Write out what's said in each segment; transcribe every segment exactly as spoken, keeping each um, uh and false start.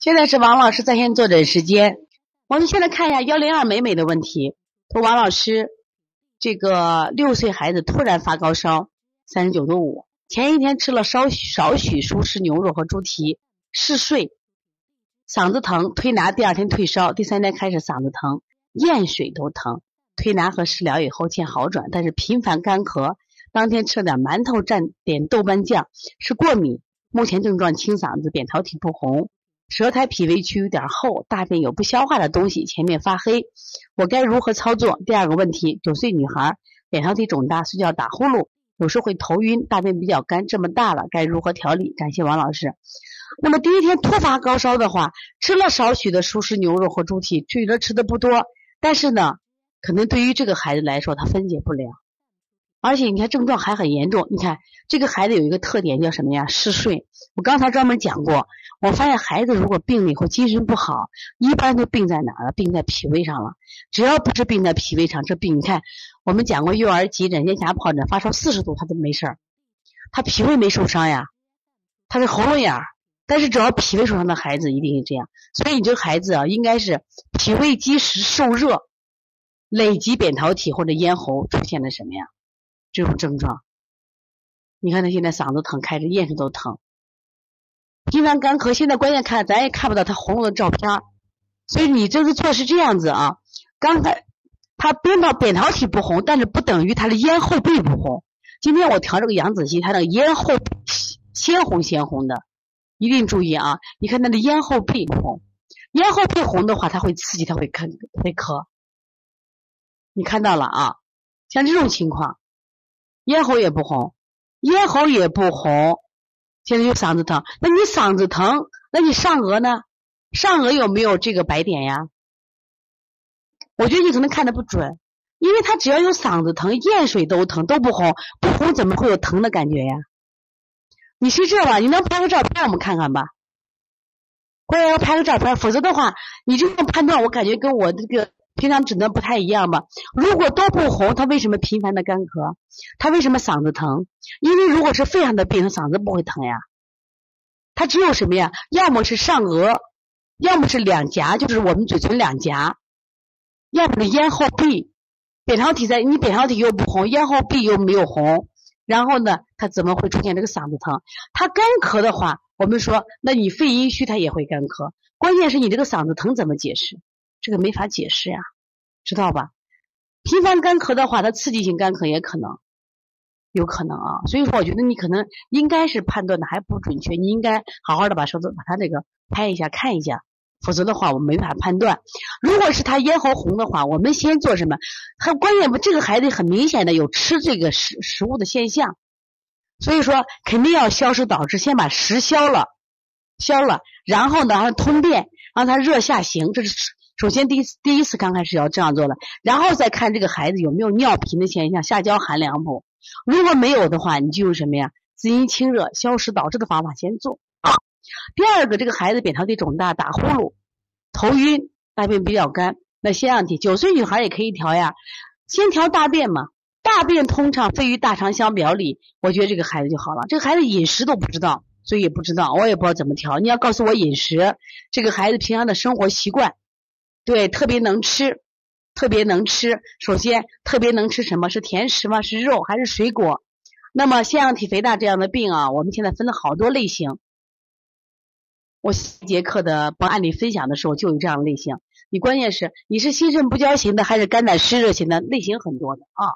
现在是王老师在线坐诊时间。我们现在看一下一零二美美的问题。说王老师，这个六岁孩子突然发高烧，三十九度五，前一天吃了少许少许熟食牛肉和猪蹄，嗜睡，嗓子疼，推拿，第二天退烧，第三天开始嗓子疼，咽水都疼，推拿和食疗以后见好转，但是频繁干咳，当天吃了点馒头蘸点豆瓣酱，是过敏，目前症状清嗓子，扁桃体不红，舌苔脾胃区有点厚，大便有不消化的东西，前面发黑，我该如何操作？第二个问题，九岁女孩，扁桃体肿大，睡觉打呼噜，有时会头晕，大便比较干，这么大了该如何调理？感谢王老师。那么第一天突发高烧的话，吃了少许的熟食牛肉和猪蹄，tuy着吃的不多，但是呢可能对于这个孩子来说他分解不了，而且你看症状还很严重。你看这个孩子有一个特点叫什么呀？嗜睡。我刚才专门讲过，我发现孩子如果病了以后精神不好，一般都病在哪儿了？病在脾胃上了。只要不是病在脾胃上，这病你看我们讲过幼儿急诊、咽峡疱疹，发烧四十度他都没事儿，他脾胃没受伤呀，他是喉咙眼儿，但是只要脾胃受伤的孩子一定是这样。所以你这个孩子啊，应该是脾胃积食受热，累积扁桃体或者咽喉出现了什么呀？这种症状。你看他现在嗓子疼，开始咽声都疼，频繁干咳，现在关键看咱也看不到他红的照片，所以你这个做是这样子啊。刚才他扁桃扁桃体不红，但是不等于他的咽后壁不红。今天我调这个羊子细，他的咽后壁鲜红鲜红的，一定注意啊！你看他的咽后壁不红，咽后壁红的话，他会刺激，他会咳会咳。你看到了啊？像这种情况，咽喉也不红，咽喉也不红，现在又嗓子疼。那你嗓子疼，那你上颚呢？上颚有没有这个白点呀？我觉得你可能看得不准，因为他只要有嗓子疼，咽水都疼，都不红，不红怎么会有疼的感觉呀？你是这吧？你能拍个照片我们看看吧？关键要拍个照片，否则的话，你这种判断我感觉跟我这个平常诊断不太一样吧。如果都不红，他为什么频繁的干咳？他为什么嗓子疼？因为如果是肺上的病，他嗓子不会疼呀。他只有什么呀？要么是上颚，要么是两颊，就是我们嘴唇两颊，要么是咽后壁。扁桃体在，你扁桃体又不红，咽后壁又没有红，然后呢，他怎么会出现这个嗓子疼？他干咳的话，我们说，那你肺阴虚他也会干咳。关键是你这个嗓子疼怎么解释？这个没法解释呀，知道吧？频繁干咳的话，它刺激性干咳也可能，有可能啊。所以说，我觉得你可能应该是判断的还不准确，你应该好好的把手指把它这个拍一下看一下，否则的话我们没法判断。如果是他咽喉红的话，我们先做什么？他关键这个孩子很明显的有吃这个食食物的现象，所以说肯定要消食导滞，先把食消了，消了，然后呢让他通便，让他热下行，这是首先第一次第一次刚开始要这样做了，然后再看这个孩子有没有尿频的现象，下焦寒凉不？如果没有的话，你就用什么呀？滋阴清热、消食导滞的方法先做啊。第二个，这个孩子扁桃体肿大，打呼噜、头晕、大便比较干，那腺样体，九岁女孩也可以调呀，先调大便嘛，大便通畅，肺与大肠相表里，我觉得这个孩子就好了。这个孩子饮食都不知道，所以也不知道，我也不知道怎么调。你要告诉我饮食，这个孩子平常的生活习惯，对，特别能吃，特别能吃。首先，特别能吃什么？是甜食吗？是肉还是水果？那么腺样体肥大这样的病啊，我们现在分了好多类型。我这节课的帮案例分享的时候就有这样的类型。你关键是你是心肾不交型的还是肝胆湿热型的，类型很多的啊。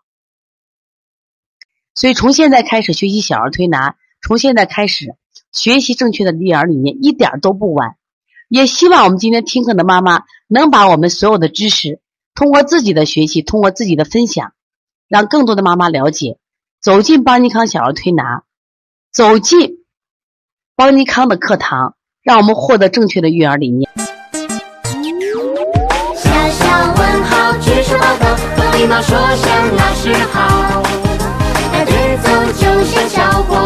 所以从现在开始学习小儿推拿，从现在开始学习正确的育儿理念，一点都不晚。也希望我们今天听课的妈妈能把我们所有的知识通过自己的学习，通过自己的分享，让更多的妈妈了解，走进邦尼康小儿推拿，走进邦尼康的课堂，让我们获得正确的育儿理念。 小小问号，举手报告，有礼貌说声老师好，排队走就像效果。